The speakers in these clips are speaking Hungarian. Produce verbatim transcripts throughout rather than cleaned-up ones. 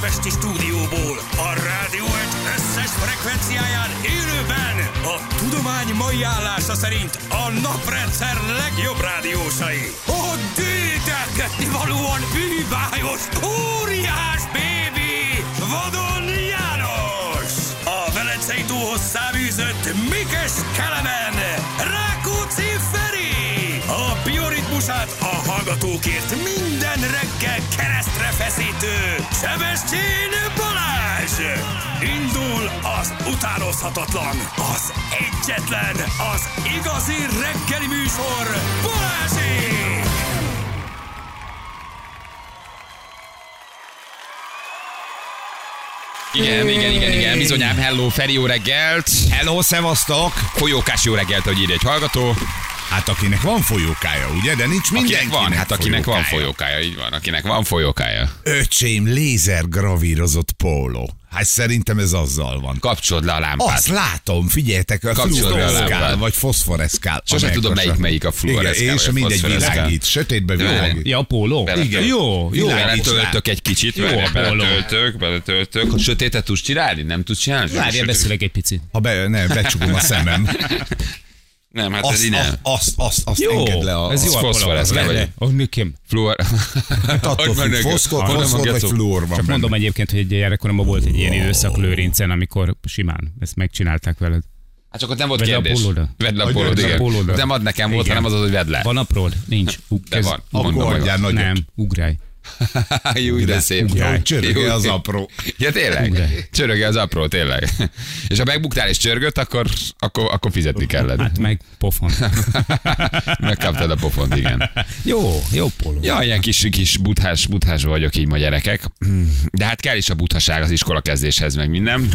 budapesti stúdióból, a rádió egy összes frekvenciáján élőben a tudomány mai állása szerint a naprendszer legjobb rádiósai. A dédelgetni valóan bűbájos, óriás bébi, Vadon János! A Velencei tóhoz száműzött Mikes Kelemen, Rákóczi Feri! A bioritmusát a hallgatókért minden reggel keresztre feszítő Sebestyén Balázs! Indul az utánozhatatlan, az egyetlen, az igazi reggeli műsor, Balázsék! Igen, igen, igen, igen, bizonyám, hello, Feri, jó reggelt! Hello, szevasztok! Folyókás jó reggelt, hogy írja egy hallgató. Hát akinek van folyókája, ugye? De nincs mindenkinek Akinek van, hát akinek folyókája. van folyókája, így van, akinek van folyókája. Öcsém lézergravírozott póló. Hát szerintem ez azzal van. Kapcsolod le a lámpát. Azt látom, figyeljetek, a Kapcsolod le a fluoreszkál, lámpát. vagy foszforeszkál. Sose tudom, melyik melyik a fluoreszkál, Igen, és vagy a mindegy foszforeszkál. világít, sötétbe világít. Ja, a póló? Bele- Igen. Jó, jó. Beletöltök egy kicsit, Jó, várj, a póló. beletöltök, beletöltök. A sötétet tudsz csinálni? Nem tudsz csinálni? Várjál, beszélek egy picit. Ha be, ne, becsukom a szemem. Nem, hát ez Azt, így nem. azt, azt, azt, azt Jó, engedd le a... ez az jó a foszforeszkál, póló. vagy- Vedd le. Oh, nekem. Fluor... Attól Hogy függ, mennek? foszkor, Mondom, foszkor vagy Gecó. fluor van Csak benne. mondom egyébként, hogy gyerekkoromban volt egy ilyen időszak Lőrincen, amikor simán ezt megcsinálták veled. Hát csak ott nem volt Vedd le a kérdés. pólódat. Vedd le a Hogy pólód, vedd le a igen. pólódat. Nem ad nekem volt, Igen. hanem az az, hogy vedd le. Van apród? Nincs. Ug, De van. Mondom, Akkor hogy adjál van. nagyot. Nem, ugrálj. Jó, de szép. Jó, csörögje Jó. az apró. Ja, tényleg? Ugrálj. Csörögje az apró, tényleg. És ha megbuktál és csörgött, akkor, akkor, akkor fizetni kellett. Hát meg pofon. Megkaptad a pofont, igen. Jó, jó póló. Ja, ilyen kis, kis buthás, buthás vagyok így ma gyerekek. De hát kell is a buthaság az iskola kezdéshez, meg minden.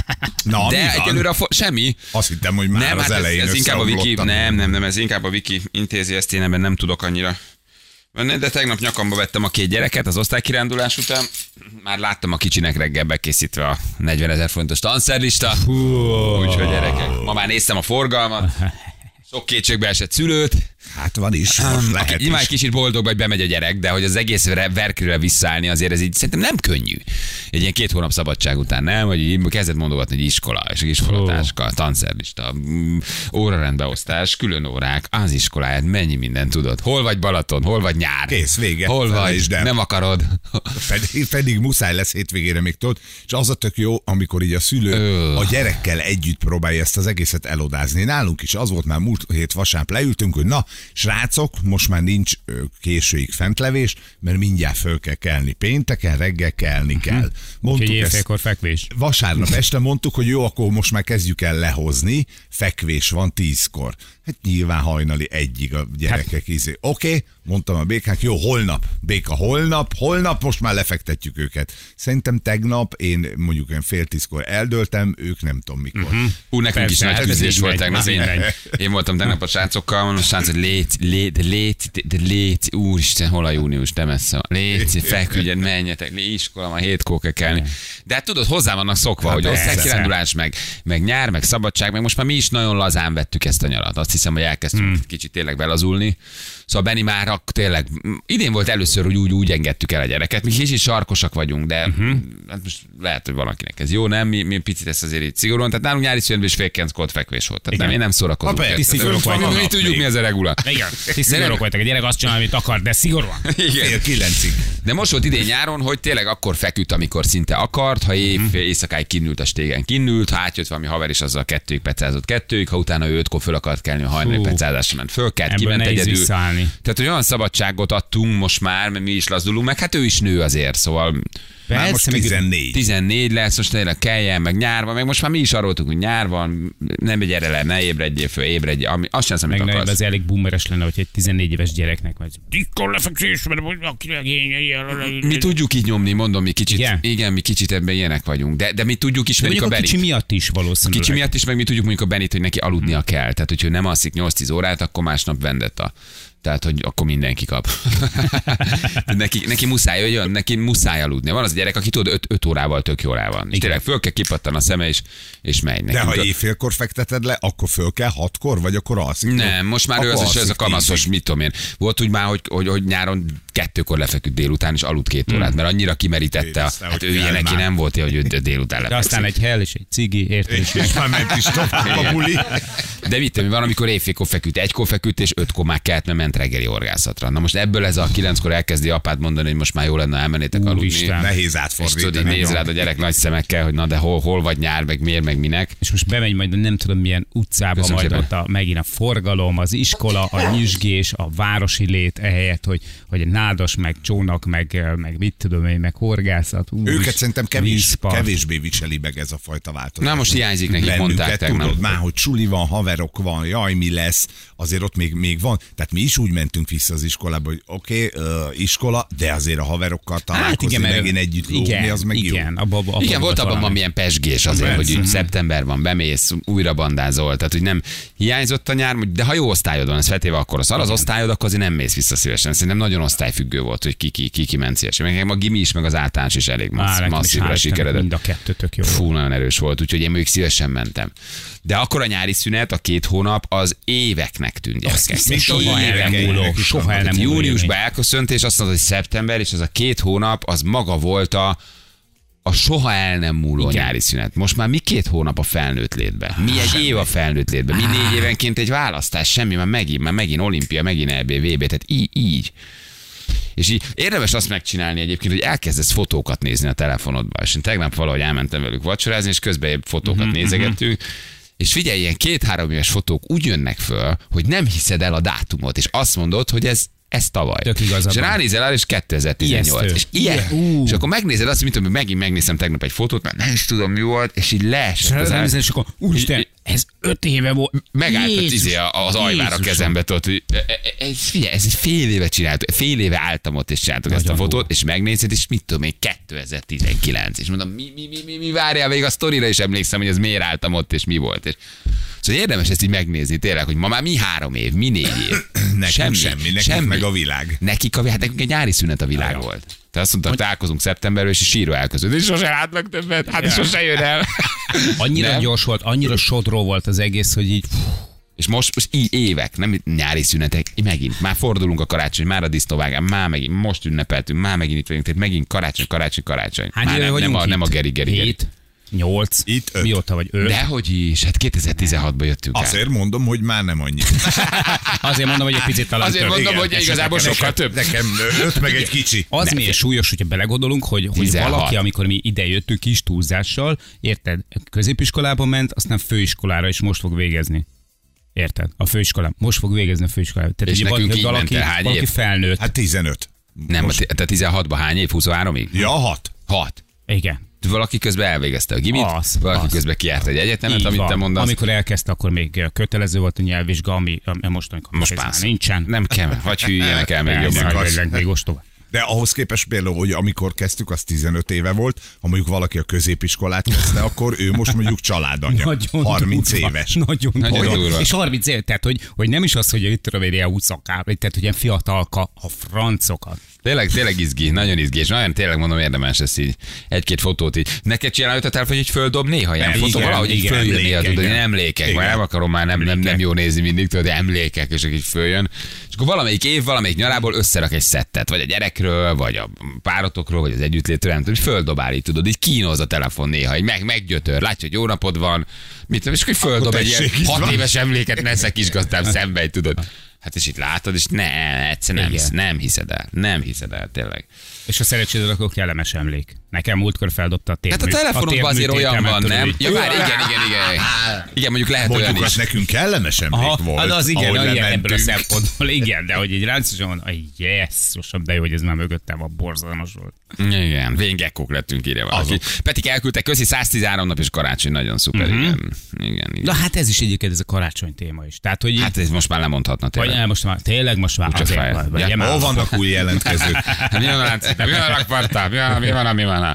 Na, mi De van? egyelőre a fo- semmi. Azt hittem, hogy már Nem, az hát ez, elején ez inkább a Viki, összeomlottam. nem, nem, nem, ez inkább a Viki intézi, ezt én ebben nem tudok annyira venni, de tegnap nyakamba vettem a két gyereket az osztálykirándulás után. Már láttam a kicsinek reggel bekészítve a negyvenezer forintos tanszerlista. Úgyhogy gyerekek, ma már néztem a forgalmat, sok kétségbe esett szülőt. Hát van is, most lehet Aki nyilván is. egy kicsit boldog, hogy bemegy a gyerek, de hogy az egész verkőre visszaállni, azért ez így szerintem nem könnyű. Egy ilyen két hónap szabadság után, nem? Hogy így kezdett mondogatni, hogy iskola, és iskolatáska, tanszerlista, mm, órarendbeosztás, külön órák, az iskoláját, mennyi mindent tudod. Hol vagy Balaton, hol vagy nyár? Kész, vége. Hol vagy? Felejtsd el. Nem akarod? Pedig, pedig muszáj lesz hétvégére még tudod, és az a tök jó, amikor így a szülő Ö. a gyerekkel együtt próbálja ezt az egészet elodázni. Nálunk is az volt már múlt hét vasárnap, leültünk, hogy na, srácok, most már nincs ö, későig fentlevés, mert mindjárt föl kell kelni. Pénteken reggel kelni kell. Úgyhogy Mondtuk ezt. éjfélkor fekvés. Vasárnap este mondtuk, hogy jó, akkor most már kezdjük el lehozni, fekvés van tízkor. Hát nyilván hajnali egyig a gyerekek hát. izé. Oké, okay, mondtam a békának, jó, holnap, béka, holnap, holnap most már lefektetjük őket. Szerintem tegnap én mondjuk olyan fél tízkor eldöltem, ők nem tudom mikor. Uh-huh. Ú, nekünk Persze, is nagy hát ez küzdés így volt megy, tegnap. ez így Én, megy. én voltam tegnap a srácokkal, mondom, a srác, hogy légy, légy, légy, de légy, úristen, hol a június, de messze van. Légy, feküdjen, menjetek, légy, iskola, már hétkor kell kelni. De hát tudod, hozzá vannak szokva, Hát hogy persze. osztálykirándulás, meg, meg nyár, meg szabadság, meg most már mi is nagyon lazán vettük ezt a nyarat. Azt hiszem, hogy elkezdtünk hmm. kicsit tényleg belazulni. Szóval Benni már ak- tényleg, idén volt először, hogy úgy, úgy engedtük el a gyereket. Mi kicsit sarkosak vagyunk, de uh-huh. hát most lehet, hogy valakinek ez jó, nem? Mi, mi picit ezt azért így szigorúan. Tehát nálunk nyári szünetben is fél kilenckor fekvés volt. Tehát nem, én nem szórakozunk. Ha persze, érted? szigorúak mi, vagytok. mi tudjuk, mi ez a regula. Igen, ti szigorúak vagytok, a gyerek azt csinál, amit akar, de szigorúan. Fél kilencig. De most volt idén nyáron, hogy tényleg akkor feküdt, amikor szinte akart, ha év, éjszakáig kinnült a stégen, kinnült, ha átjött valami haver és azzal kettőig pecázott kettőig, ha utána ő ötkor föl akart kelni a hajnali Hú. pecázásra ment föl, kelt, Ebből kiment nehéz egyedül. visszaállni. Tehát, hogy olyan szabadságot adtunk most már, mert mi is lazulunk, meg hát ő is nő azért, szóval Már most meg- tizennégy. tizennégy lesz, most tényleg keljen, meg nyár van, meg most már mi is arról voltunk, hogy nyár van, nem gyere le, ne ébredjél föl, ébredjél, ami, azt sem, amit Meg nem, akarsz. az elég boomeres lenne, hogy egy tizennégy éves gyereknek vagy. Dikkor lefekvés, mert akinek én... Mi tudjuk így nyomni, mondom, mi kicsit, igen, Igen? igen mi kicsit ebben ilyenek vagyunk, de, de mi tudjuk ismerjük a Mondjuk a Benit. kicsi miatt is valószínűleg. Kicsi miatt is, meg mi tudjuk mondjuk a Benit, hogy neki aludnia kell. Tehát, hogyha ő nem alszik nyolc-tíz órát, akkor másnap vendetta. Tehát, hogy akkor mindenki kap. neki, neki muszáj, hogy jön, neki muszáj aludni. Van az a gyerek, aki tudod, öt órával tök jól rá van. És tényleg föl kell kipattan a szeme, és, és megy. De ha éjfélkor fekteted le, akkor föl kell hatkor, vagy akkor alszik? Nem, most már ő az, ez a kamaszos, mit tudom én. Volt úgy már, hogy, hogy, hogy nyáron kettőkor lefeküdt délután, és aludt két órát, mert annyira kimerítette. A, hát ő ilyen neki nem volt, hogy ő délután lefekszik. De aztán egy hell és egy cigi, érted? És már ment is tovább a buli. De mit tudom, van, amikor éjfélkor feküdt, egykor feküdt, és ötkor már kelt, mert ment reggeli orgászatra. Na most ebből ez a kilenckor elkezdi apát mondani, hogy most már jó lenne, elmennétek aludni. Isten. Nehéz És átfordítani. tudod, így néz rád a gyerek nagy szemekkel, hogy na de hol, hol vagy nyár, meg miért, meg minek. És most bemegy majd nem tudom milyen utcába, Köszönöm majd szépen. ott a, megint a forgalom, az iskola, a nyüzsgés, a városi lét, ehelyett, hogy, hogy nádas, meg csónak, meg, meg mit tudom én, meg horgászat. Úr, Őket szerintem kevés, vízpart. kevésbé viseli meg ez a fajta változás. Na most hiányzik nekik, mondták tegnap. Tudod már, hogy suli van, haverok van, jaj, mi lesz, azért ott még, még van. Tehát mi is úgy mentünk vissza az iskolába, hogy oké, okay, uh, iskola, de azért a haverokkal találkozni, hát megint együtt lógni, az meg igen, jó. Abba, abba, Igen, volt abban van milyen pesgés azért, hogy így szeptember van, bemész, újra bandázol, tehát hogy nem hiányzott a nyár, de ha jó osztályod van, ez feltéve akkor a szar az osztályod, akkor azért nem mész vissza szívesen. Szerintem nagyon osztályfüggő volt, hogy ki ki, ki, ki ment szívesen. Meg a gimi is, meg az általános is elég massz, masszívra sikeredett. Mind a kettő tök jó. Fú, nagyon erős volt, úgyhogy én mondjuk szívesen mentem. De akkor a nyári szünet, a két hónap, az éveknek tűnt, gyerekek. Mint Soha évek, el nem múló, évek is soha vannak. el nem Tehát múló júniusban élmény. elköszönt, és azt mondta, hogy szeptember, és az a két hónap, az maga volt a, a soha el nem múló Igen. nyári szünet. Most már mi két hónap a felnőtt létben? Mi egy év a felnőtt létben? Mi négy évenként egy választás? Semmi, már megint, már megint olimpia, megint é bé, vé bé, tehát így. így. És így érdemes azt megcsinálni egyébként, hogy elkezdesz fotókat nézni a telefonodba. És én tegnap valahogy elmentem velük vacsorázni, és közben fotókat mm-hmm. nézegettünk. És figyelj, ilyen két-három éves fotók úgy jönnek föl, hogy nem hiszed el a dátumot, és azt mondod, hogy ez ez tavaly. Tök igazad És van. ránézel el, és kétezer-tizennyolc. Ijesztő. És ilyen. Ú. És akkor megnézed azt, mint hogy megint megnézem tegnap egy fotót, mert nem is tudom mi volt, és így leesett az ár- És akkor, úristen, ez öt éve volt. Megállt Jézus, izé a- az ajvár a Jézusom. kezembe, tudod, hogy e- e- ez, figyelj, ez egy fél éve csináltuk, fél éve álltam ott, és csináltuk ezt a Nagyon fotót, jó. és megnézed, és mit tudom én, kétezer-tizenkilenc, és mondom, mi, mi, mi, mi, mi várjál, még a sztorira is emlékszem, hogy ez miért álltam ott, és mi volt. És szóval érdemes ezt így megnézni, tényleg, hogy ma már mi három év, mi négy év. Nekünk semmi, semmi, nekünk meg a világ. Nekik, a, hát nekünk egy nyári szünet a világ Nagyon. volt. Tehát azt mondták, találkozunk szeptemberben, és síró elközött. És sose látnak többet, hát sose jön el. Annyira Nem? gyors volt, annyira sodró volt az egész, hogy így És most, most így évek, nem nyári szünetek, megint, már fordulunk a karácsony, már a disznóvágán, már megint, most ünnepeltünk, már megint itt vagyunk, tehát megint karácsony, karácsony, karácsony. hány már éve nem, nem, vagyunk a, nem a itt? geri, geri, geri. Hét, nyolc, Itt öt. mióta vagy öt. Dehogy is, hát kétezer-tizenhatban jöttünk el. Azért mondom, hogy már nem annyi. Azért mondom, hogy egy picit talán Azért több. mondom, Igen, hogy és igazából nekem- sokkal több. Nekem öt meg egy kicsi. Az Nem, miért súlyos, hogyha belegondolunk, hogy, hogy tizenhat. valaki, amikor mi ide jöttünk kis túlzással, érted, középiskolába ment, aztán főiskolára, és most fog végezni. Érted? A főiskolán. Most fog végezni a főiskolán. Tehát És ugye nekünk valaki, így valaki, ment el hány valaki év? felnőtt. Hát tizenöt. Nem, Most- te tizenhatban hány év? huszonháromig? Ja, hat. Hat. Igen. Valaki közben elvégezte a gimit, Az, valaki az. közben kiárt egy egyetemet, Így amit van. te mondasz. Amikor elkezdte, akkor még kötelező volt a nyelvvizsga, ami ami most, amikor Most ez már pász. nincsen. Nem kell, vagy hülyének el még Persze, jobban. az. hogy még ostoba. De ahhoz képest például, hogy amikor kezdtük, az tizenöt éve volt, ha mondjuk valaki a középiskolát kezdte, akkor ő most mondjuk családanya. Nagyon harminc durva. éves. Nagyon, Nagyon durva. durva. És harminc év, tehát hogy, hogy nem is az, hogy itt tudom én ilyen húszakár, tehát hogy ilyen fiatalka a francokat. Tényleg, tényleg izgi, nagyon izgi, és nagyon tényleg mondom, érdemes ezt így egy-két fotót így. Neked csinálod a telefon, hogy így földob néha ilyen Nem, fotó, igen, valahogy így igen, följön néha, emlékek, tudod, igen. én emlékek, Igen. már nem akarom, már nem, nem, nem Emlékek. jó nézni mindig, tudod, de emlékek, és akkor így följön. És akkor valamelyik év, valamelyik nyarából összerak egy szettet, vagy a gyerekről, vagy a párotokról, vagy az együttlétről, nem tudom, hogy földobál így, tudod, így kínoz a telefon néha, így meg, meggyötör, látja, hogy jó napod van, mit tudom, és akkor így földob egy ilyen tessék, így hat van. éves emléket, nesze kisgazdám szembe, így, tudod. Hát és itt látod, és ne, egyszer nem, Igen. hisz, nem hiszed el, nem hiszed el, tényleg. És a szerencsédről akkor kellemes emlék. Nekem múltkor feldobta a térmű. Hát a telefonokban azért olyan van, nem? Ja, várj, igen, igen, igen. Igen, mondjuk lehet olyan Mondjuk is. az nekünk kellemes emlék Aha, volt. hát az igen, ahogy igen ebből a lementünk. szempontból, igen, de hogy egy ráncsosan van, jesszusom, de jó, hogy ez már mögöttem van, borzalmas volt. Igen, véngekkók lettünk, írja valaki. Azok. Petik elküldte, köszi, száztizenhárom nap és karácsony, nagyon szuper, Mhm. igen. Igen, igen. Na hát ez is egyébként ez a karácsony téma is. Tehát, hogy Hát ez most már lemondhatna vagy tényleg. el most már, tényleg most már Úgyse azért, fáj. vagy, vagy Ja, már- Hol vannak új jelentkezők? Mi van, Lánci? Mi van, rakpartál? Mi van, mi van, mi van?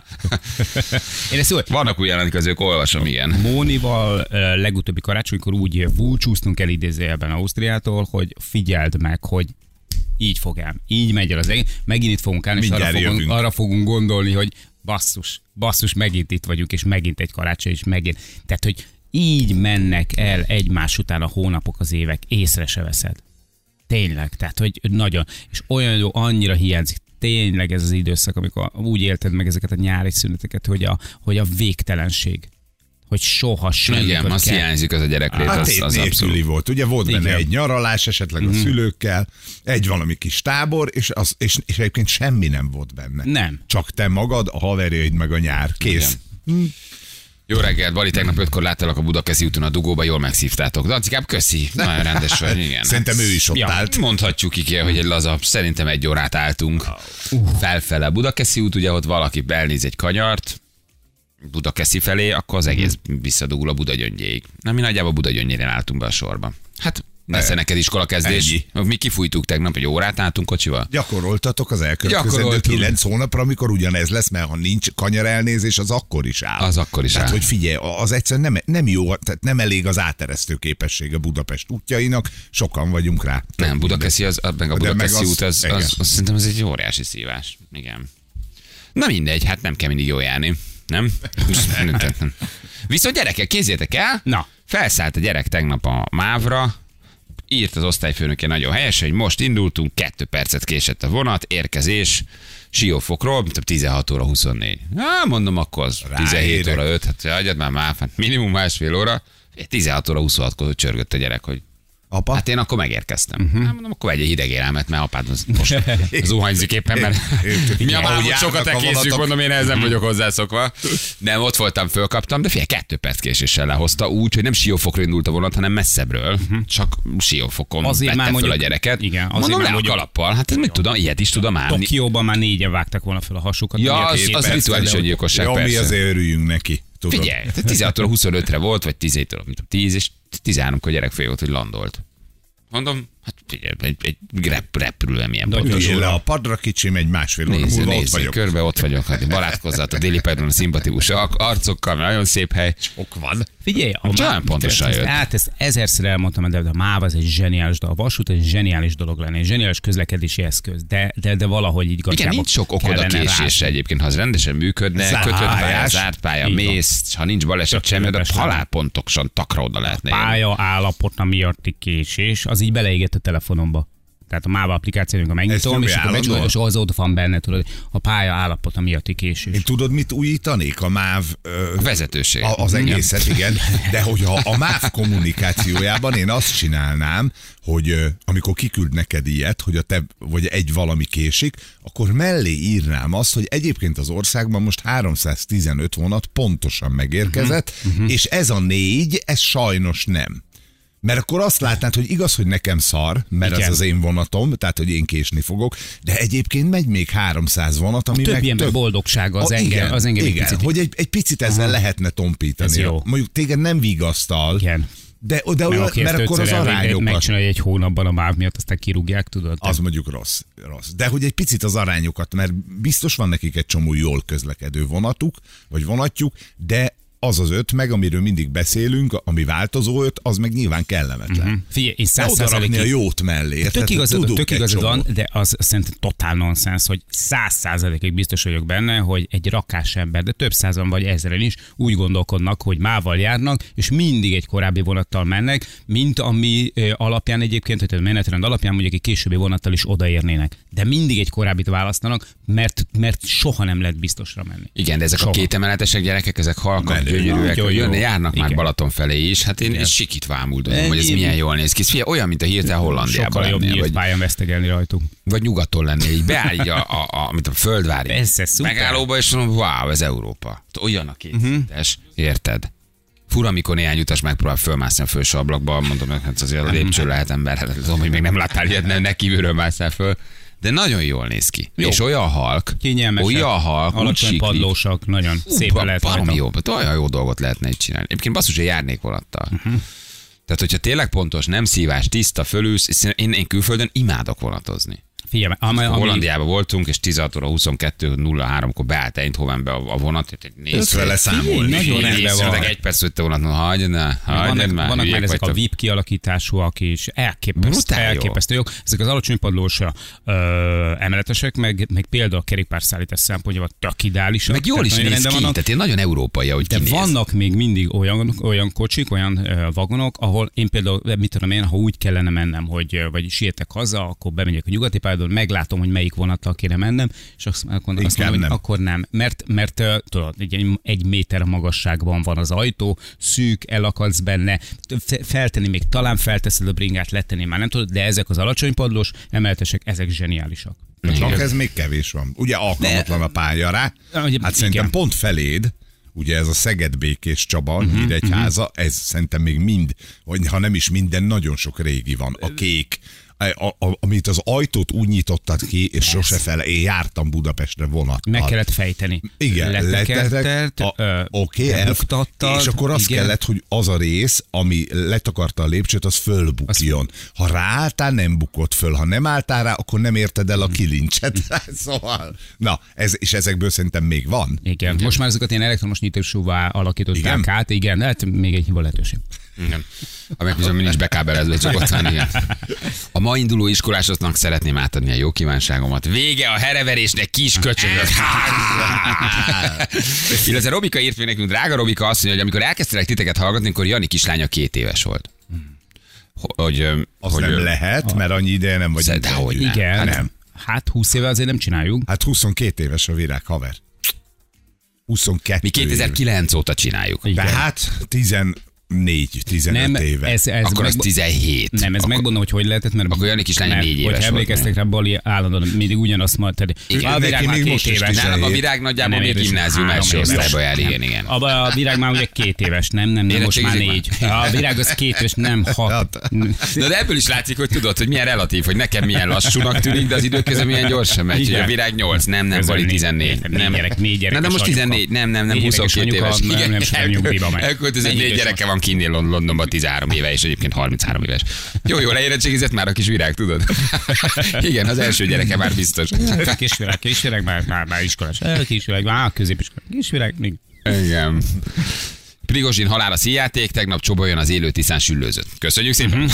Én ezt jól, Vannak új jelentkezők, olvasom, igen. Mónival ö, legutóbbi karácsonykor úgy búcsúztunk el idézőjelben Ausztriától, hogy figyeld meg, hogy így fog el. Így megy el az egész. Megint itt fogunk állni, és arra fogunk, arra fogunk gondolni, hogy basszus, basszus, megint itt vagyunk, és megint egy karácsony, és megint. Tehát, hogy így mennek el egymás után a hónapok, az évek, észre se veszed. Tényleg, tehát, hogy nagyon. És olyan jó, annyira hiányzik tényleg ez az időszak, amikor úgy élted meg ezeket a nyári szüneteket, hogy a, hogy a végtelenség. Hogy soha semmi. Igen, azt hiányzik az a gyereklét. Hát az, az abszolút volt. Ugye volt benne Igen. egy nyaralás, esetleg Mhm. a szülőkkel, egy valami kis tábor, és, az, és, és egyébként semmi nem volt benne. Nem. Csak te magad, a haverjaid meg a nyár. Kész. Jó reggelt, Bali, tegnap ötkor láttalak a Budakeszi úton a dugóba, jól megszívtátok. Dancikám, köszi. Nagyon rendes vagy, igen. Szerintem ő is ott Ja. állt. Mondhatjuk így, hogy egy laza, szerintem egy órát álltunk felfele a Budakeszi út, ugye ott valaki elnéz egy kanyart, Budakeszi felé, akkor az egész visszadugul a Budagyöngyéig. Na, mi nagyjából Budagyöngyéren álltunk be a sorba. Hát, nesze neked iskola kezdés. Mi kifújtuk tegnap, egy órát álltunk kocsival. Gyakoroltatok az elkövetkezendő Gyakoroltunk. kilenc hónapra, amikor ugyanez lesz, mert ha nincs kanyarelnézés, az akkor is áll. Az akkor is tehát, áll. hogy figyelj, az egyszerűen nem, nem jó, tehát nem elég az áteresztő képessége Budapest útjainak, sokan vagyunk rá. Nem, Budakeszi, az, meg a De meg Budakeszi az- út, az, igen. az, az, szerintem ez egy óriási szívás. Igen. Na mindegy, hát nem kell mindig jól járni. Nem? Viszont gyerekek, kézzétek el, Na. felszállt a gyerek tegnap a mávra, írt az osztályfőnöke nagyon helyes, hogy most indultunk, kettő percet késett a vonat, érkezés, Siófokról, mint a tizenhat óra huszonnégy. Há, mondom, akkor az tizenhét óra öt, hát hagyjad már máv, hát minimum másfél óra, tizenhat óra huszonhatkor csörgött a gyerek, hogy Apa? hát én akkor megérkeztem. Uh-huh. Hát mondom, akkor vegyél hideg élelmet, mert apád az most zuhanyzik éppen, mert mi a mávot sokat elkészülünk, mondom, én ezzel vagyok hozzászokva. Nem, ott voltam, fölkaptam, de figyelj, kettő perc késéssel lehozta úgy, hogy nem Siófokról indult a vonat, hanem messzebbről. Uh-huh. Csak Siófokon Azért vette már föl mondjuk- a gyereket. igen, azért mondom, már le a mondjuk- kalappal. Hát ez mit tudom, ilyet is tudom állni. Tokióban már négyen vágták volna fel a hasukat. Ja, ugye, az, két az perc, rituális de- öngyilkosság, Jó, mi persze. azért örüljünk neki. Tudod. Figyelj, tehát tizenhat óra huszonötre volt, vagy tizenhét óra, mint a tíz, és tizenháromkor a gyerek fél volt, hogy landolt. Mondom, hát figyelj, egy, egy rep, repülően milyen Nagyon pontos. Üljél le a padra, kicsim, egy másfél óra Nézzük, múlva ott nézzük, vagyok. körbe ott vagyok, hát barátkozzat a déli pedron a szimpatikus ar- arcokkal, mert nagyon szép hely. Ok van. Figyelj, a Csak MÁV- olyan pontosan ezt- jött. Hát ezt ezerszer elmondtam, de a MÁV az egy zseniális dolog. A vasút egy zseniális dolog lenne, egy zseniális közlekedési eszköz, de, de, de valahogy így Igen, gatyába nincs sok okod a kellene késésre rásni. egyébként, ha az rendesen működne, Zárt kötött pálya, pályás. zárt pálya, Így van. mész, ha nincs baleset semmi, de Tökéletes lenne. halálpontosan takra oda lehetne érni. Pálya állapota miatti késés, az így beleégett a telefonomba. Tehát a MÁV applikációnak a megnyitom, nyomja és akkor állandóan? becsukod, és az ott van benne, tudod, a pálya állapota miatti késés. Én tudod, mit újítanék? A MÁV... Ö, A vezetőség. A, az egészet, igen. De hogyha a MÁV kommunikációjában én azt csinálnám, hogy ö, amikor kiküld neked ilyet, hogy a te, vagy egy valami késik, akkor mellé írnám azt, hogy egyébként az országban most háromszáztizenöt vonat pontosan megérkezett, uh-huh. és ez a négy, ez sajnos nem. Mert akkor azt látnád, hogy igaz, hogy nekem szar, mert Igen. ez az én vonatom, tehát hogy én késni fogok, de egyébként megy még háromszáz vonat, ami többi meg ember tök... boldogsága az A- engem, igen, az engem egy igen, picit. hogy egy, egy picit ezzel lehetne tompítani. Ez jó. Mondjuk téged nem vigasztal, Igen. de, de Mert, olyan, aki mert ezt akkor az ötször elvégzi, arányokat... megcsinálja egy hónapban a MÁV miatt, aztán kirúgják, tudod? Az mondjuk rossz, rossz. De hogy egy picit az arányokat, mert biztos van nekik egy csomó jól közlekedő vonatuk, vagy vonatjuk, de az az öt meg, amiről mindig beszélünk, ami változó öt, az meg nyilván kellemetlen. Hm. Figyelj, én De száz oda rakni a százalékig... jót mellé. érted? Tök igazad, Tudunk tök egy igazad van, csomót. de az szerintem totál nonsens, hogy száz százalékig biztos vagyok benne, hogy egy rakás ember, de több százan vagy ezeren is úgy gondolkodnak, hogy mával járnak, és mindig egy korábbi vonattal mennek, mint ami ö, alapján egyébként, hogy a menetrend alapján mondjuk egy későbbi vonattal is odaérnének. De mindig egy korábbit választanak, mert, mert soha nem lehet biztosra menni. Igen, de ezek Soha. a kétemeletes gyerekek, ezek halkan, Menő. gyönyörűek, Nagyon jó. jönni, járnak már Igen. Balaton felé is. Hát én, én sikit vámuldom, hogy ez Ennyi. milyen jól néz ki. Figyelj, olyan, mint a hirtelen Hollandiában Sokkal jobb lennél, nyílt vagy, pályán vesztegelni rajtuk. vagy nyugaton lennél, így beáll így a, a, a, mint a földvári Persze, szuper. megállóba, és mondom, wow, ez Európa. Olyan a kétszintes, uh-huh. érted? Fura, amikor néhány utas megpróbál fölmászni a felső ablakba, mondom, hogy hát azért a lépcső lehet ember, hát tudom, hogy még nem láttál ilyet, nem, ne kívülről másszál föl. De nagyon jól néz ki. Jó. És olyan halk, Kényelmesek, olyan halk, úgy alacsony siklik. padlósak, nagyon szépen lehet Baromi rajta. jó, hát olyan jó dolgot lehetne itt csinálni. Egyébként basszus, hogy járnék vonattal. Uh-huh. Tehát, hogyha tényleg pontos, nem szívás, tiszta, fölülsz, én, én külföldön imádok vonatozni. Figyelj, ami, ami... Hollandiában voltunk, és tizenhat óra huszonkettő nulla háromkor beállt Eindhovenbe a, a vonat. Nézd vele számolni. Nagyon rendben van. Egy perc hogy te vonat, no, hagyjad, ne, hagyjad vannak, már. Vannak már ezek vagytok. a vé i pé kialakításúak is, elképesztő, elképesztő jók. Ezek az alacsony padlós ö, emeletesek, meg, meg például a kerékpárszállítás szempontjából tök ideálisak. Meg jól is néz ki, vannak, tehát én nagyon európai, ahogy de kinéz. vannak még mindig olyan, olyan kocsik, olyan ö, vagonok, ahol én például, mit tudom én, ha úgy kellene mennem, hogy vagy sietek haza, akkor bemegyek a nyugati pályádon, meglátom, hogy melyik vonattal kéne mennem, és azt, akkor, azt mondom, hogy akkor nem. Mert, mert uh, tudod, egy, egy méter magasságban van az ajtó, szűk, elakadsz benne, feltenni még talán felteszed a bringát, letenni már nem tudod, de ezek az alacsony padlós emeltesek, ezek zseniálisak. Csak ez még kevés van. Ugye alkalmatlan a pálya rá. Hát igen. szerintem pont feléd, ugye ez a Szeged-Békés Csaba, uh-huh, Nyíregyháza, uh-huh. ez szerintem még mind, vagy ha nem is minden, nagyon sok régi van. A kék, a, a, amit az ajtót úgy nyitottad ki, és sose fele. Én jártam Budapestre vonattal. Meg kellett fejteni. Igen, letekerted, oké, elbuktattad. És akkor az igen. kellett, hogy az a rész, ami letakarta a lépcsőt, az fölbukjon. Ha ráálltál, nem bukott föl. Ha nem álltál rá, akkor nem érted el a kilincset. Szóval, na, ez, és ezekből szerintem még van. Igen, most már ezeket ilyen elektromos nyitásúvá alakították igen? át. Igen, hát még egy hiba lehetőség. Igen. Amelyek bizony nincs bekábelezve, csak ott van, igen. A ma induló iskolásoknak szeretném átadni a jó kívánságomat. Vége a hereverésnek, kis köcsögök. Illetve Robika írt még nekünk, drága Robika, azt mondja, hogy amikor elkezdtelek titeket hallgatni, akkor Jani kislánya két éves volt. Hogy, az hogy, nem lehet, mert annyi ideje nem vagy. De hogy nem. Igen. Hát nem. Hát húsz éve azért nem csináljuk. Hát huszonkét éves a Virág, haver. huszonkettő Mi kétezer-kilenc óta csináljuk. Igen. Tehát tizennégy tizenöt nem, éve. Ez, ez akkor meg, az tizenhét. Nem, ez akkor, megmondom, hogy hogy lehetett, mert... Akkor Jani kislánya négy éves volt. Emlékeztek rá, Bali állandóan mindig ugyanazt mondta. A Virág már két éves. Nálam a Virág nagyjából még gimnázium első osztályba jár, igen, igen. A Virág már ugye két éves, nem, nem, nem, most már négy. A Virág az két éves, nem hat. De, de ebből is látszik, hogy tudod, hogy milyen relatív, hogy nekem milyen lassúnak tűnik, de az időközben milyen gyorsan megy. A Virág nyolc, nem, nem, Bali tizennégy. Nem, négy gyerek. De most tizennégy, nem, nem, nem, huszonkettő éves. Elköltözött négy gyereke van kinnél Londonban tizenhárom éve, és egyébként harminchárom éves. Jó, jó, leérettségizett már a kis Virág, tudod? Igen, az első gyereke már biztos. Kisvirág, kisvirág, már, már, már iskolás. Kisvirág, már középiskolás. Kisvirág, még. Igen. Prigozsin halála színjáték, tegnap Csobolyon az élő tisztán süllőzött. Köszönjük szépen!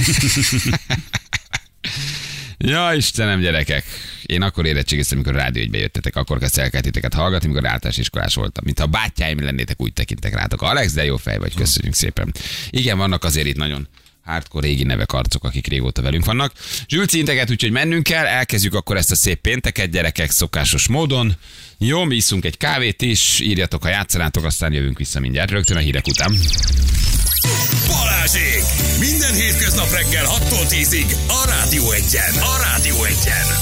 Ja, Istenem, gyerekek! Én akkor érettségiztem, amikor a rádió egybe jöttetek, akkor kezdte el titeket hallgatni, amikor általános iskolás voltam. Mint ha a bátyáim lennétek, úgy tekintek rátok. Alex, de jó fej vagy, köszönjük szépen. Igen, vannak azért itt nagyon hardcore régi nevek, arcok, akik régóta velünk vannak. Zsülci integet, úgyhogy mennünk kell, elkezdjük akkor ezt a szép pénteket, gyerekek, szokásos módon. Jó, mi iszunk egy kávét is, írjatok, ha játszanátok, aztán jövünk vissza mindjárt, rögtön a hírek után. Balázsék! Minden hétköznap reggel hattól tízig a Rádió Egyen. A Rádió Egyen.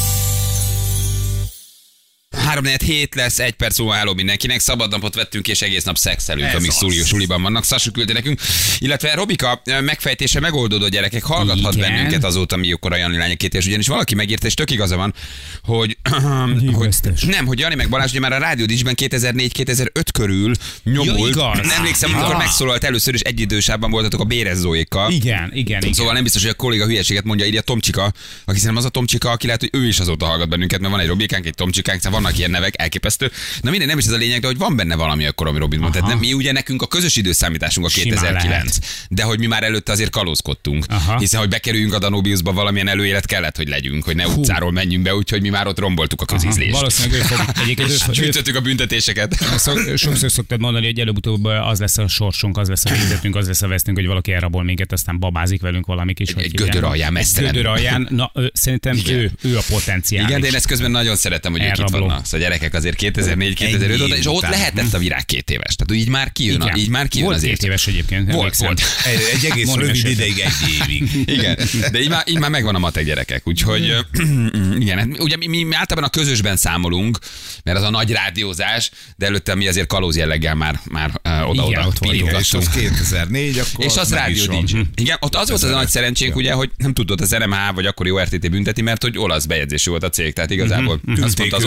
három hét lesz, egy perc múlva álló mindenkinek. Szabad napot vettünk, és egész nap szexelünk, Ez amíg az. szuli, suliban vannak. Sassu küldte nekünk. Illetve Robika megfejtése megoldódott, gyerekek. Hallgathat Igen. bennünket azóta, mikor a Jani lánya két éves. Ugyanis valaki megírta, és tök igaza van, hogy, hogy nem, hogy Jani meg Balázs ugye már a Rádió Dicsben kétezer-négy kétezer-öt körül nyomult. Ja, igaz. Nem emlékszem, amikor Ah. megszólalt először, és egy idősában voltatok a Bérezzóékkal. Igen, igen, igen. Szóval nem biztos, hogy a kolléga hülyeséget mondja, írja Tomcsika, aki szerintem az a Tomcsika, aki lehet, hogy ő is azóta hallgat bennünket, mert van egy Robikánk, egy Tomcsikánk, szóval vannak ilyen nevek, elképesztő. Na minden, nem is ez a lényeg, de hogy van benne valami akkor, ami Robin mondta. Tehát nem, mi ugye nekünk a közös időszámításunk a Simán kétezer-kilenc, de hogy mi már előtte azért kalózkodtunk. Aha. Hiszen, hogy bekerüljünk a Danubiusba, valamilyen előélet kellett, hogy legyünk, hogy ne Hú. utcáról menjünk be, úgyhogy mi már ott romboltuk a közízlést. Valószínűleg ő fog, egyébként ő, ő, Gyűjtöttük a büntetéseket. Szok- Sokszor szoktad mondani, hogy előbb-utóbb az lesz a sorsunk, az lesz a végzetünk, az lesz a vesztünk, hogy valaki elrabol minket, aztán babázik velünk valamik is. Egy- hogy egy hívják. gödör alján mesztelen. Gödör alján, na ő, szerintem ő, ő a potenciális. Igen, de én ezt közben nagyon szeretem, hogy ők itt Elrabló. vannak. Szóval gyerekek azért kétezer-négy kétezer-öt óta, és ott után. lehetett a Virág két éves. Tehát így már kijön, a, Igen. így már kijön Volt az két év. éves egyébként. Volt, emlékszem. volt. Egy, egy egész Mondom, rövid eset. ideig, egy évig. Igen, de így már, így már megvan a matek, gyerekek. Úgyhogy igen, hát ugye mi, mi általában a közösben számolunk, mert az a nagy rádiózás, de előtte mi azért kalóz jelleggel már, már uh, oda-oda Igen, ott vagyunk. És az kétezer-négy, akkor és az meg Rádió is van. Dincs. Igen, ott az volt az a nagy szerencsénk, ugye, hogy nem tudott az en em há vagy akkor jó er té té bünteti, mert hogy olasz bejegyzésű volt a cég, tehát igazából azt mondta az Küldték olasz, ők a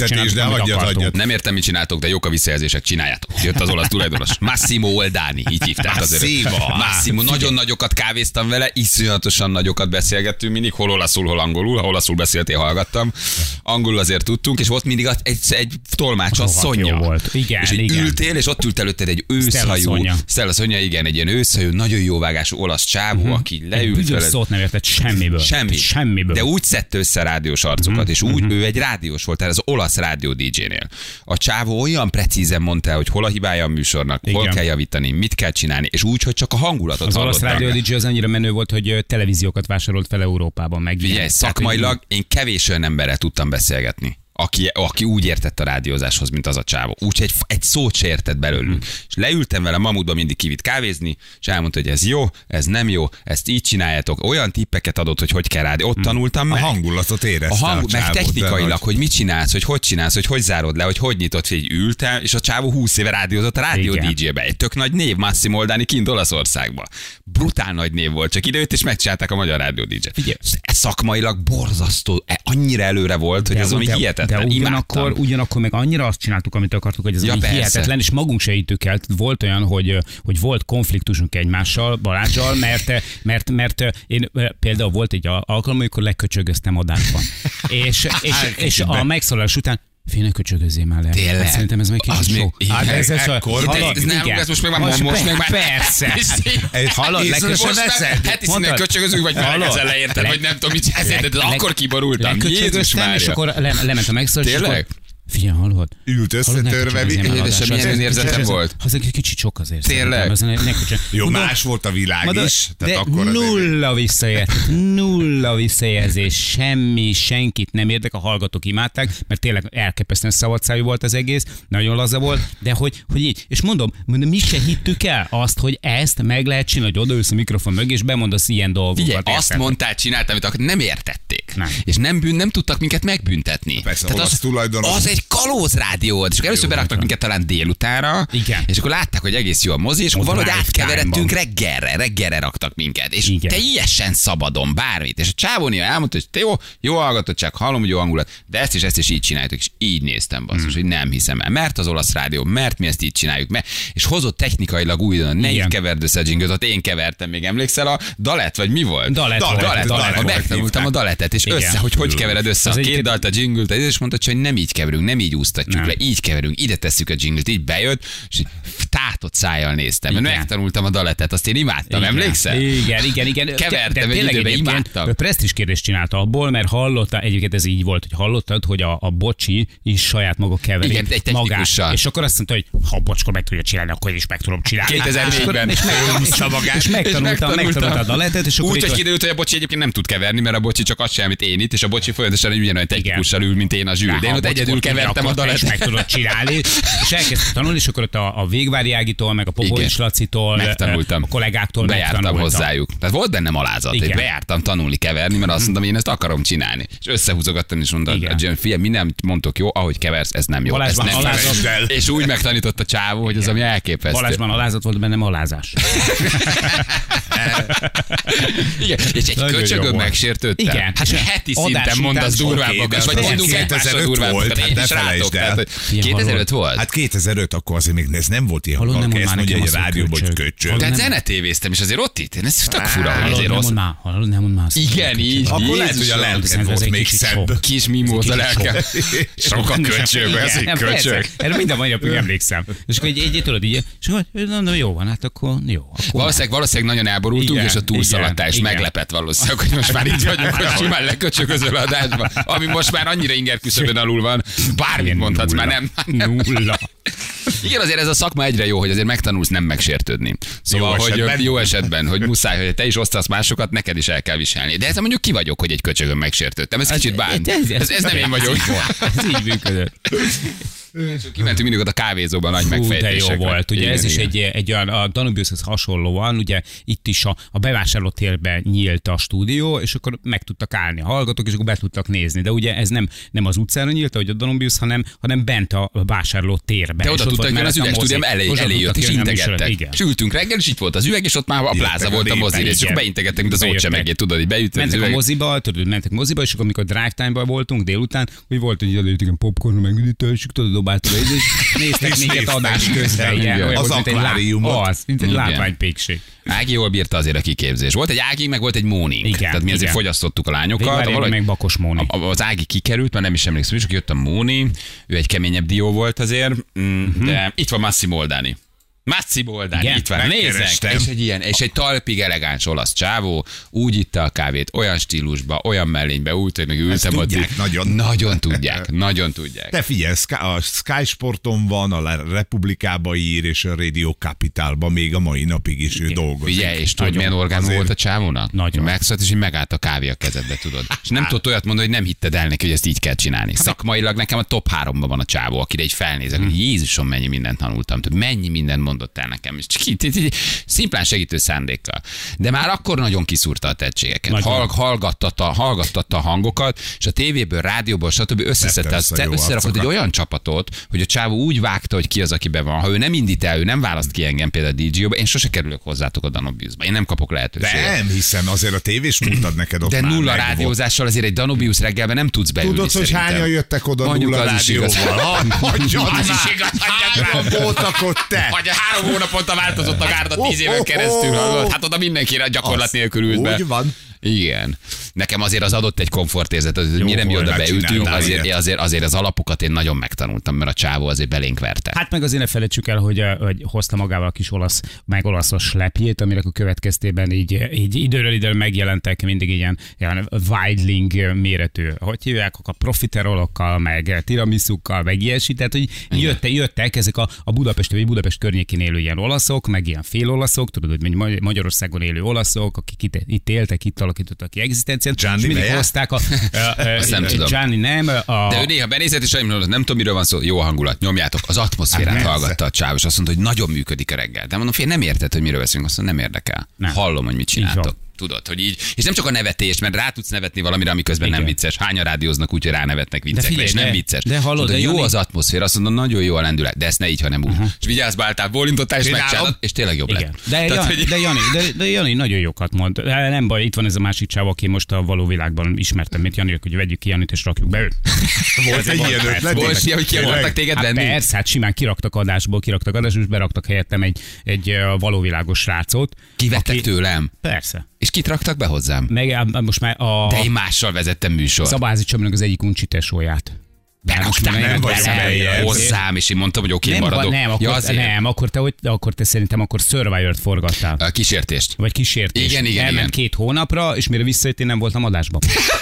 büntetés, de adjad, adjad. Nem értem, mit csináltok, de jók a visszajelzések, csináljátok. Jött az olasz tulajdonos. Massimo Oldani, így hívták azért. Massimo, nagyon nagyokat kávéztam vele, iszonyatosan nagyokat beszélgettünk mindig, hol olaszul, hol angolul. Ha olaszul beszéltél, hallgattam. Angolul azért tudtunk, és ott mindig egy, egy tolmács, a Szonya. Volt. Igen, és így igen. ültél, és ott ült előtted egy őszhajú. Stella Szonya, igen, egy ilyen őszhajú, nagyon jó vágású olasz csávó, uh-huh. aki leült vele. veled. Szót nem értett semmiből. Semmi. Semmiből. De úgy szedte össze rádiós arcokat, uh-huh. és úgy, uh-huh. ő egy rádiós volt, tehát az olasz rádió dé dzsénél. A csávó olyan precízen mondta el, hogy hol a hibája a műsornak, igen. hol kell javítani, mit kell csinálni, és úgy, hogy csak a hangulatot az hallottak. Az olasz rádió dé dzsé az annyira menő volt, hogy televíziókat vásárolt fel Európában meg. Ugye, szakmailag én kevés olyan emberrel tudtam beszélgetni, aki, aki úgy értett a rádiózáshoz, mint az a csávó. Úgyhogy egy, egy szót se értett belőlünk. Mm. És leültem vele Mamutba, mindig kivitt kávézni, és elmondta, hogy ez jó, ez nem jó, ezt így csináljátok. Olyan tippeket adott, hogy hogy kell rádió. Ott mm. tanultam meg. A hangulatot érezte a hang, a meg technikailag, hogy... hogy mit csinálsz, hogy hogy csinálsz, hogy hogy zárod le, hogy hogy nyitott, hogy ültem, és a csávó húsz éve rádiózott a rádió dé dzsébe. Egy tök nagy név, Massimo Oldani kint Olaszországban. Brutál nagy név volt, csak idejött, és megcsinálták a magyar rádió dé dzsé. Szakmailag borzasztó, annyira előre volt, hogy ez ami hihetetlen. Ugyanakkor, ugyanakkor meg annyira azt csináltuk, amit akartuk, hogy ez ja, hihetetlen, és magunk se hittük el. Volt olyan, hogy, hogy volt konfliktusunk egymással, Balázsal, mert, mert, mert én például volt egy alkalom, amikor leköcsögöztem adásban. és és, és a megszólalás után fél, ne köcsögözzél már le. Tényleg? Szerintem ez meg kicsit sok. Hát ez, ez, ekkor, hallod, ez nem, ez most meg már most meg már. Persze. Hallod, leköcsögöztem. Heti színen köcsögözünk, vagy ezzel leérted, vagy nem tudom, mit csinálsz, de akkor kiborultam. Jézus Mária. És akkor lement a megszólalás. Tényleg? Figyelj, hallod? Ült összetörve. Édesem, milyen önérzetem volt? Az egy kicsit sok azért. Tényleg? Jó, más volt a világ is. De nulla visszajelzés. Nulla visszajelzés. Semmi, senkit nem érdek. A hallgatók imádták, mert tényleg elképesztően szabadszájú volt az egész. Nagyon laza volt. De hogy, hogy így. És mondom, mondom, mi se hittük el azt, hogy ezt meg lehet csinálni, hogy odaülsz a mikrofon mögé, és bemondasz ilyen dolgokat. Figyelj, azt mondtál, csináltam, amit nem értették. Nem. És nem, bűn, nem tudtak minket megbüntetni. Persze, tehát az, az egy kalóz rádió volt, és akkor először beraktak minket talán délutánra, igen. és akkor látták, hogy egész jó a mozi, és akkor valahogy átkeveredtünk reggelre, reggelre raktak minket, és igen. teljesen szabadon, bármit. És a csávónia elmondta, hogy te jó, jó hallgatottság, hallom, hogy jó hangulat, de ezt is ezt is így csináljuk, és így néztem, basszus, hmm. hogy nem hiszem el. Mert az olasz rádió, mert mi ezt így csináljuk, mert, és hozott technikailag újdon, ne így keverd össze a jingle-t, én kevertem, még emlékszel a dalet, vagy mi volt? Dalet, dalet, dalet, dalet, dalet megtanultam a daletet, és össze, hogy hogy kevered össze a két dalt, a jingle-t, és mondta, hogy nem így keverünk, nem így úsztatjuk nem. le, így keverünk, ide tesszük a jinglet, így bejött, és tátott szájjal néztem. Mert megtanultam a daletet, azt én imádtam, igen. emlékszel? Igen, igen, igen. Kevertem egy időben, imádtam. Presztis kérdést csinálta abból, mert hallotta, egyébként ez így volt, hogy hallottad, hogy a, a bocsi is saját maga keveri igen, egy magát. És akkor azt mondta, hogy ha a bocskor meg tudja csinálni, akkor én is meg tudom csinálni. kétezer-négyben És, és megtanultam, megtanultam a daletet. És úgy, hogy kiderült, hogy a bocsi egyébként nem tud keverni, mert a bocsi csak azt sem, amit én itt, és a bocsi folyamatosan ugyanolyan technikussal ül, mint én a Zsül. De én ott egyedül kevertem a daletet. Meg tudod csinálni, és elkezdtem tanulni, és akkor ott a, a Végvári Ágitól, meg a Popovics Lacitól, megtanultam. A kollégáktól bejártam hozzájuk. Tehát volt benne alázat, hogy bejártam tanulni keverni, mert azt mondtam, én ezt akarom csinálni. És összehúzogattam, és mondtam, hogy figyelj, mi nem mondtok jó, ahogy keversz, ez nem jó. Ez nem alázat. És úgy megtanított a csávó, hogy az ami elképesztő. Balázsban alázat volt, bennem alázás. Igen, és egy köcsögön megsértődtem. Igen. Hát heti szinten mondasz durvábbakat, vagy mondunk egymásra durvábbakat. Én is rátok. kétezer-öt volt? Hát kétezer-öt, akkor azért még ez nem volt ilyen. Hallod, nem ezt mondja, hogy a rádióban, hogy köcsög. Tehát zenetévéztem, és azért ott itt, ez tök fura, hogy azért rossz. Hallod, nem mond már. Igen, így. Akkor lehet, hogy a lelked volt még szebb. Kis mimóz a lelke. Sok a köcsög, ez egy köcsög. Erre minden mai napig emlékszem. És akkor így tudod, így, és akkor jó van, hát akkor jó. Valószínűleg nagyon elborultunk, és a túlszaladtás meglepett valószínűleg, hogy most már így vagyunk, hogy simán leköcsögözöl adásba, ami most már annyira inger küszöbön alul van, bármit mondhatsz, már nem. Nulla. Igen, azért ez a szakma egyre jó, hogy azért megtanulsz nem megsértődni. Szóval, jó hogy esetben. jó esetben, hogy muszáj, hogy te is osztasz másokat, neked is el kell viselni. De ez mondjuk ki vagyok, hogy egy köcsögön megsértődtem. Ez kicsit bánt. Ez, ez, ez nem én vagyok. Ez így működött. Kimentünk mindig ott a kávézóban, nagy Fú, de megfejtésekre. jó volt. Ugye Igen, ez is igen. egy, egy olyan, a Danubiushoz hasonlóan, ugye itt is a, a bevásárlótérben nyílt a stúdió, és akkor meg tudtak állni a hallgatók, és akkor be tudtak nézni. De ugye ez nem, nem az utcára nyílt, ahogy a Danubius, hanem, hanem bent a vásárlótérben. De oda tudtak jönni az üvegstúdióm elé, elé jött, és integettek. És ültünk reggel, és itt volt az üveg, és ott már a pláza volt a mozi, és akkor beintegettek, mint az ócsemegét, tudod, így beütött az üveg. üveg. Moziba, tudod, mentek moziba, és akkor amikor drive time-ban voltunk délután, hogy volt, hogy előttük popcorn, megüdítősük, tudod, dobáltuk, és néztek minket adás közben. Ilyen, az volt, mint egy akváriumot. Az, mint egy Igen. látványpékség. Ági jól bírta azért a kiképzés. Volt egy Ági, meg volt egy Mónink. Igen, Tehát mi azért igen. fogyasztottuk a lányokat. Végül Valahogy- meg Bakos Móni. A- Az Ági kikerült, már nem is emlékszem, és akkor jött a Móni, ő egy keményebb dió volt azért, mm, de itt van Massimo Oldani. Massimo Oldani, Igen, itt van, nézzek! megkerestem. És egy ilyen, és egy talpig elegáns olasz csávó, úgy itta a kávét, olyan stílusba, olyan mellénybe, úgy, hogy meg ültem ott. tudják így. nagyon. Nagyon tudják, nagyon tudják. De figyelj, Sky- a Sky Sporton van, a Republikába ír, és a Radio Capitalban még a mai napig is ő dolgozik. Figyelj, és tudod, Nagyon. milyen orgánum Azért- volt a csávónak? Nagyon. Megszólt, és így megállt a kávé a kezedbe, tudod. És nem tudott olyat mondani, hogy nem hitted el neki, hogy ezt így kell csinálni. Szakmailag nekem a top háromban van a csávó, akire így felnézek, hogy Jézusom, mennyi mindent tanultam, tudod, mennyi mindent mondott el nekem, és csak így- így- így szimplán segítő szándékkal. De már akkor nagyon kiszúrta a tehetségeket. Nagyon. Hall, hallgattatta, hallgattatta a hangokat, és a tévéből, rádióból, stb. Összeszedte, Tette az- össze a jó összerakott egy arcokat. olyan csapatot, hogy a csávó úgy vágta, hogy ki az, aki be van. Ha ő nem indít el, ő nem választ ki engem például a dé jé-ba, én sose kerülök hozzátok a Danubiusba. Én nem kapok lehetőséget. De nem hiszem, azért a tévés múltad neked ott De már nulla megvolt. rádiózással azért egy Danubius reggelben nem tudsz beülni. Tudod, hogy szerintem. hányan jöttek oda Mondjuk nulla az is igaz. rádióval? Hagyjad Az is már! igaz, hagyjad Hányan már. voltak ott te? Vagy a három hónaponta változott a gárda tíz Oh, éven oh, keresztül. oh. hallod? Hát oda mindenkire gyakorlat Az. nélkül ült be. Úgy van. Igen. Nekem azért az adott egy komfortérzet, hogy Jó mire mi volt, oda hát beültünk, csináltál azért, ilyet. azért, azért az alapokat én nagyon megtanultam, mert a csávó azért belénk verte. Hát meg azért ne felejtsük el, hogy, eh, hogy hozta magával a kis olasz, meg olaszos lepjét, aminek a következtében így, így időről időről megjelentek mindig ilyen, ilyen Weidling méretű, hogy hívják, a profiterolokkal, meg tiramisukkal, meg ilyesmi, tehát hogy jöttek, jöttek ezek a, a Budapest vagy Budapest környékén élő ilyen olaszok, meg ilyen fél olaszok, tudod, hogy Magy- Magyarországon élő olaszok, akik itt, itt éltek, itt alakítottak ki egzisztenciát, Gianni és mindig Meyer? hozták a... Azt nem tudom. Gianni nem, a, De ő néha benézett, és nem, nem tudom, miről van szó, jó a hangulat, nyomjátok. Az atmoszférát Hát, hallgatta a csáv, és azt mondta, hogy nagyon működik a reggel. De mondom, fél, nem érted, hogy miről beszélünk, azt mondom, nem érdekel. Nem. Hallom, hogy mit Így van. csináltok. Tudod, hogy így. És nem csak a nevetés, mert rá tudsz nevetni valamire, ami közben Igen. nem vicces. Hányan rádióznak úgy, hogy ránevetnek viccekre, figyelj, és nem de- vicces. de hallod, Tudod, de jó Jani- az atmoszféra, azt mondom, nagyon jó a lendület, de ezt ne így, hanem úgy. Uh-huh. És vigyázz, báltál, bólintottál, és Csinálom. megcsinálod, és tényleg jobb Igen. lett. De, Tehát, Jani, hogy- de, Jani, de, de Jani nagyon jókat mond. De nem baj, itt van ez a másik csáv, aki most a való világban ismertem, mint Jani, hogy vegyük ki Janit és rakjuk be őt. Volt egy ilyen ötlet? Volt ilyen, hogy ki akartak téged Hát venni? persze, hát simán kiraktak adásból, kiraktak adásból, és beraktak helyettem egy, egy ö, valóvilágos srácot. Kivettek aki- tőlem. Persze. És kit raktak be hozzám? Meg á, most már a De én mással vezettem műsor. Szabázi Csomónak az egyik uncsi tesóját. Berakták nem vagy személyes. hozzám, és én mondtam, hogy oké, Nem, maradok. nem, akkor, Ja, azért. nem akkor, te, hogy, akkor te szerintem akkor Survivor-t forgattál. A kísértést. Vagy kísértés. Igen, igen, Elment igen. két hónapra, és mire visszajött, én nem voltam adásban.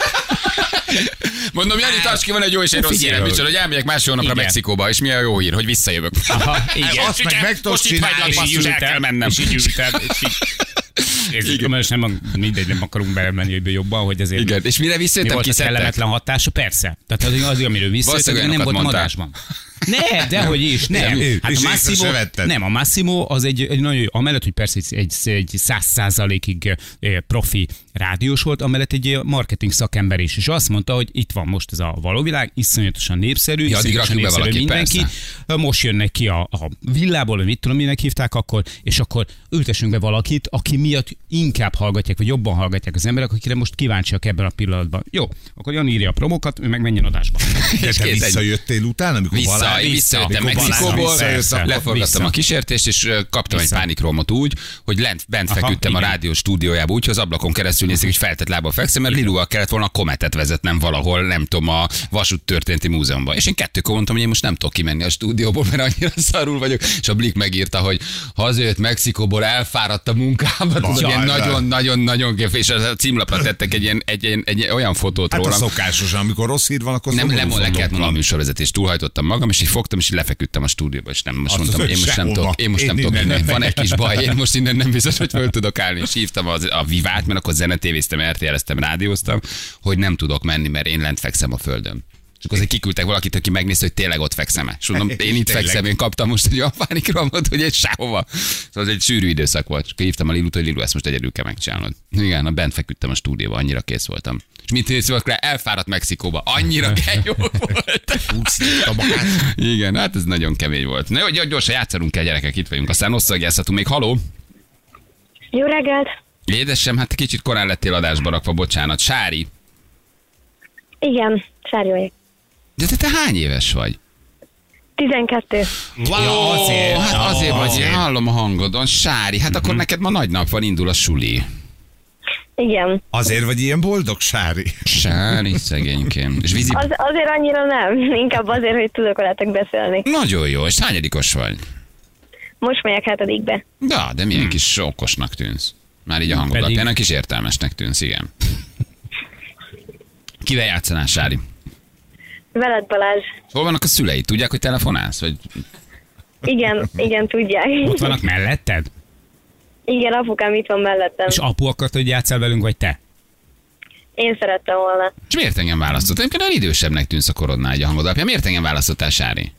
Mondom, Jani, tarts ki, van egy jó és egy rossz Figyelj, hírem. Micsoda, hogy elmegyek más hónapra igen. Mexikóba, és mi a jó hír, hogy visszajövök. Aha, igen. Azt meg meg tudsz Most itt hagylak, csinálni. basszus, el kell mennem. És így ültem, és így... És most nem, mindegy, nem akarunk belemenni hogy jobban, hogy azért Igen, és mire mi visszajöttem, volt a kiszedtek? kellemetlen hatása? Persze. Tehát az, az amiről visszajöttem, Valószínűleg nem voltam olyanokat adásban. Nem, dehogy is, nem. Nem, ő- Hát és a észre Massimo, se vetted. nem, a Massimo az egy, egy nagyon jó, amellett, hogy persze egy, egy, egy száz százalékig eh, profi rádiós volt, amellett egy eh, marketing szakember is, és azt mondta, hogy itt van most ez a valóvilág, iszonyatosan népszerű, Ja, addig iszonyatosan rakjuk be népszerű valakit, mindenki, most jönnek ki a, a villából, vagy mit tudom, minek hívták akkor, és akkor ültessünk be valakit, aki miatt inkább hallgatják, vagy jobban hallgatják az emberek, akire most kíváncsiak ebben a pillanatban. Jó, akkor Jani írja a promokat, ő meg menjen adásba. De És te kész, egy- visszajöttél utána, amikor Vissza, Balázs- én visszajöttem amikor Balázs Mexikóból, visszajött, akkor leforgattam vissza. a kísértést, és ö, kaptam Vissza. egy pánikrómot úgy, hogy lent, bent Aha, feküdtem a igen. rádió stúdiójába, úgy, hogy az ablakon keresztül nézik, hogy feltett lábbal fekszem, mert Lilúval kellett volna a Kometet vezetnem valahol, nem tudom, a Vasút Történeti Múzeumban. És én kettőkor mondtam, hogy én most nem tudok kimenni a stúdióból, mert annyira szarul vagyok. És a Blik megírta, hogy hazajött Mexikóból, elfáradt a munkába, tudod, Jaj, ilyen de. nagyon-nagyon-nagyon kép, és a címlapra tettek egy, ilyen, egy, egy, egy olyan fotót Hát a rólam. szokásos, amikor rossz hír van, akkor Nem, szomorú nem le kellett fotók volna a van. műsorvezetést, túlhajtottam magam, és így fogtam, és így lefeküdtem a stúdióba, és nem, most Azt mondtam, az, én hogy most nem sehova. tudok, én most Én nem tudok innen innen. nem Van egy kis baj, én most innen nem biztos, hogy föl tudok állni, és hívtam az, a Vivát, mert akkor zenetévéztem, er té el-eztem, rádióztam, hogy nem tudok menni, mert én lent fekszem a földön. És akkor azért kiküldtek valakit, aki megnézte, hogy tényleg ott fekszem. És mondom, én itt fekszem, én kaptam most egy olyan pánikrohamot, hogy egy sehova. Szóval az egy sűrű időszak volt. És akkor hívtam a Lilut, hogy Lilu, ezt most egyedül kell megcsinálnod. Igen, na bent feküdtem a stúdióba, annyira kész voltam. És mit nézsz, akkor elfáradt Mexikóba. Annyira kenyó volt. Igen, hát ez nagyon kemény volt. Na jó, gyorsan játszanunk kell, gyerekek, itt vagyunk. Aztán osztagjázhatunk még. Haló? Jó reggelt! Édesem, hát kicsit korán lettél adásba rakva, bocsánat. Sári. Igen, Sári vagyok. De te, te hány éves vagy? tizenkettő. Wow, Jó, azért, hát azért vagy, azért. én hallom a hangodon. Sári, hát akkor neked ma nagy nap van, indul a suli. Igen. Azért vagy ilyen boldog, Sári? Sári, szegénykém. És vízi... Az, azért annyira nem. Inkább azért, hogy tudok veletek beszélni. Nagyon jó, és hányadikos vagy? Most megyek hetedikbe. De, de milyen kis okosnak tűnsz. Már így a hangod Pedig- alapján, kis értelmesnek tűnsz, igen. Kivel játszanál, Sári? Veled, Balázs. Hol vannak a szüleid? Tudják, hogy telefonálsz? Vagy... Igen, igen, tudják. Ott vannak melletted? Igen, apukám itt van mellettem. És apu akart, hogy játsszál velünk, vagy te? Én szerettem volna. És miért engem választott? Egyébként olyan idősebbnek tűnsz a korodnál egy a hangod alapján. Miért engem választottál, Sári?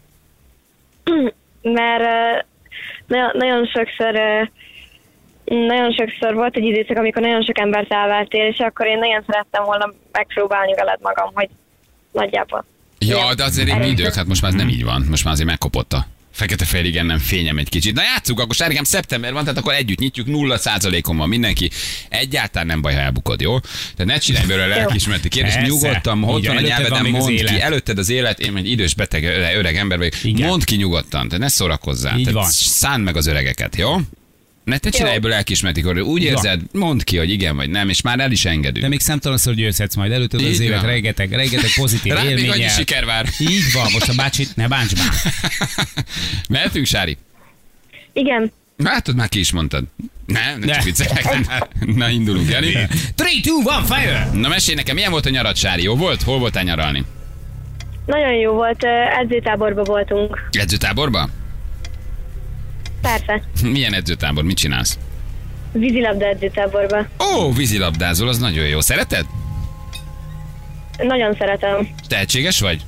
Mert uh, nagyon, nagyon sokszor uh, nagyon sokszor volt egy időszak, amikor nagyon sok embert elváltél, és akkor én nagyon szerettem volna megpróbálni veled magam, hogy nagyjából. Ja, de azért én idők, hát most már ez nem így van. Most már azért megkopott a fekete-fehér, igen, nem fényem egy kicsit. Na játsszuk, akkor Sárikám, szeptember van, tehát akkor együtt nyitjuk, nulla százalékon van mindenki. Egyáltalán nem baj, ha elbukod, jó? Tehát ne csinálj belőle lelkiismereti kérdést, Persze. nyugodtan, ott Így, van a előtted van nyelveden, még az mondd ki, élet. előtted az élet, én egy idős beteg, öreg ember vagyok, Igen. mondd ki nyugodtan, tehát ne szórakozzál, Így tehát van. szánd meg az öregeket, jó? Ne te csinálj ebből lelkiismereti kérdést, úgy Így van. érzed, mondd ki, hogy igen vagy nem, és már el is engedünk. De még számtalanszor győzhetsz majd előtted az Így élet, van. rengeteg, rengeteg pozitív Rád még annyi élménnyel. siker vár. Így van, most a bácsit ne bánts már. Mehetünk, Sári? Igen. Látod, már ki is mondtad. Nem, nem csak Ne. viccelek. Na, indulunk, Jani. három, kettő, egy, fire! Na, mesélj nekem, milyen volt a nyarad, Sári? Jó volt? Hol voltál nyaralni? Nagyon jó volt, uh, edzőtáborban voltunk. Edzőtáborba? Persze. Milyen edzőtábor? Mit csinálsz? Vízilabda edzőtáborban. Ó, vízilabdázol, az nagyon jó. Szereted? Nagyon szeretem. Tehetséges vagy?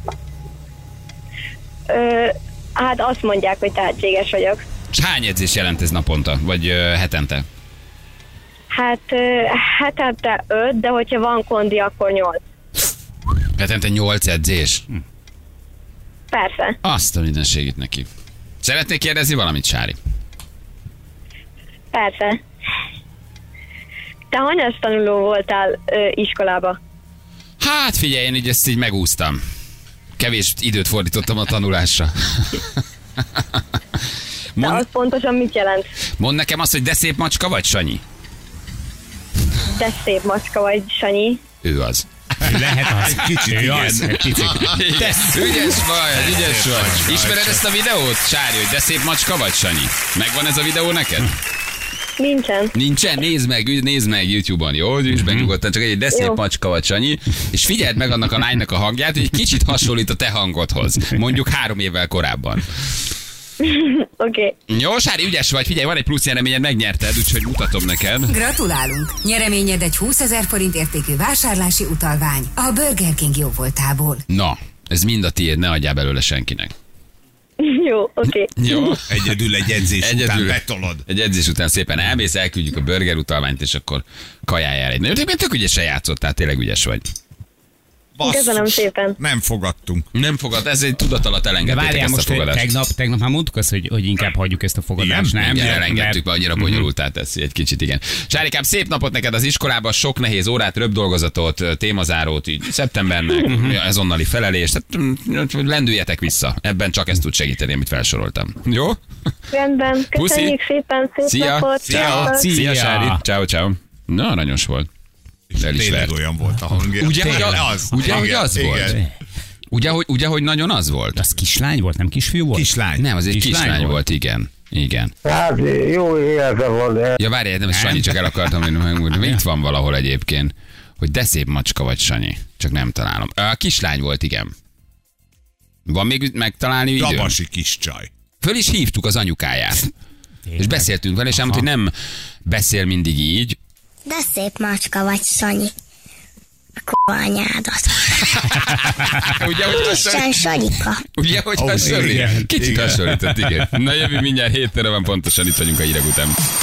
Ö, hát azt mondják, hogy tehetséges vagyok. És hány edzés jelent ez naponta? Vagy ö, hetente? Hát ö, hetente öt, de hogyha van kondi, akkor nyolc. Hetente nyolc edzés? Persze. Azt a mindenségét neki. Szeretnék kérdezni valamit, Sári? Persze. Te hanyas tanuló voltál ö, iskolába? Hát figyelj, én így ezt így megúsztam. Kevés időt fordítottam a tanulásra. De Mond, az pontosan mit jelent? mondd nekem azt, hogy de szép macska vagy, Sanyi? De szép macska vagy, Sanyi. Ő az. Lehet az. Kicsit Ő igen. az, egy picit. Ügyes vagy, ügyes vagy. Ismered ezt a videót, Sári, hogy de szép macska vagy, Sanyi? Megvan ez a videó neked? Nincsen. Nincsen? Nézd meg, ügy- nézd meg YouTube-on, jó? Ügyes meg nyugodtan, csak egy de szép Jó. macska vagy, Sanyi. És figyeld meg annak a lánynak a hangját, hogy egy kicsit hasonlít a te hangodhoz. Mondjuk három évvel korábban. Oké. Okay. Jó, Sári, ügyes vagy, figyelj, van egy plusz nyereményed, megnyerted, úgyhogy mutatom neked. Gratulálunk! Nyereményed egy húszezer forint értékű vásárlási utalvány a Burger King jóvoltából. Na, ez mind a tiéd, ne adjál belőle senkinek. Jó, oké. Okay. Jó? Egyedül egy edzés után betolod. Egy edzés után szépen elmész, elküldjük a burger utalványt, és akkor kajáljál egy. Na, de tök ügyesen játszottál, tényleg ügyes vagy. Basszus. Köszönöm szépen. Nem fogadtunk. Nem fogad, ez egy tudat alatt De elengedtétek várjál, ezt a most fogadást. tegnap, tegnap már mondtuk azt, hogy, hogy inkább hagyjuk ezt a fogadást, Igen? nem? Nem, Mert- elengedtük, mert annyira bonyolultá teszi egy kicsit, igen. Sárikám, szép napot neked az iskolában, sok nehéz órát, röbb dolgozatot, témazárót, így szeptembernek, ezonnali felelést, tehát mm, lendüljetek vissza. Ebben csak ezt tud segíteni, amit felsoroltam. Jó? Rendben. Köszönjük Puszi. szépen. Szép Szia! napot. Szia! Sziasztok. Szia. Szia, Sári! Ciao, ciao. Na, aranyos volt. És El is tényleg vert. olyan volt a hangja. Ugye, hogy Tényleg az, ugye, hogy Igen, az igen. volt? Ugye, hogy, ugye, hogy nagyon az volt? Az kislány volt, nem kisfiú volt? Kislány. Nem, az egy Kislány kislány, volt. volt, igen. Igen. Hát jó élete van, de Ja, várjál, nem, Sanyi, csak el akartam megmondani. Itt van valahol egyébként, hogy de szép macska vagy, Sanyi. Csak nem találom. A kislány volt, igen. Van még megtalálni időm? Rabasi kis csaj. Föl is hívtuk az anyukáját. És beszéltünk vele, és elmondta, hogy nem beszél mindig így. De szép macska vagy, Sanyi. A k*** anyádat. Ugye, hogy hasonlít? Sanyika. Ugye, hogy Ó, hasonlít? igen, Kicsit igen. hasonlított, igen. Na jövő mindjárt hétre van, pontosan itt vagyunk a hírek után.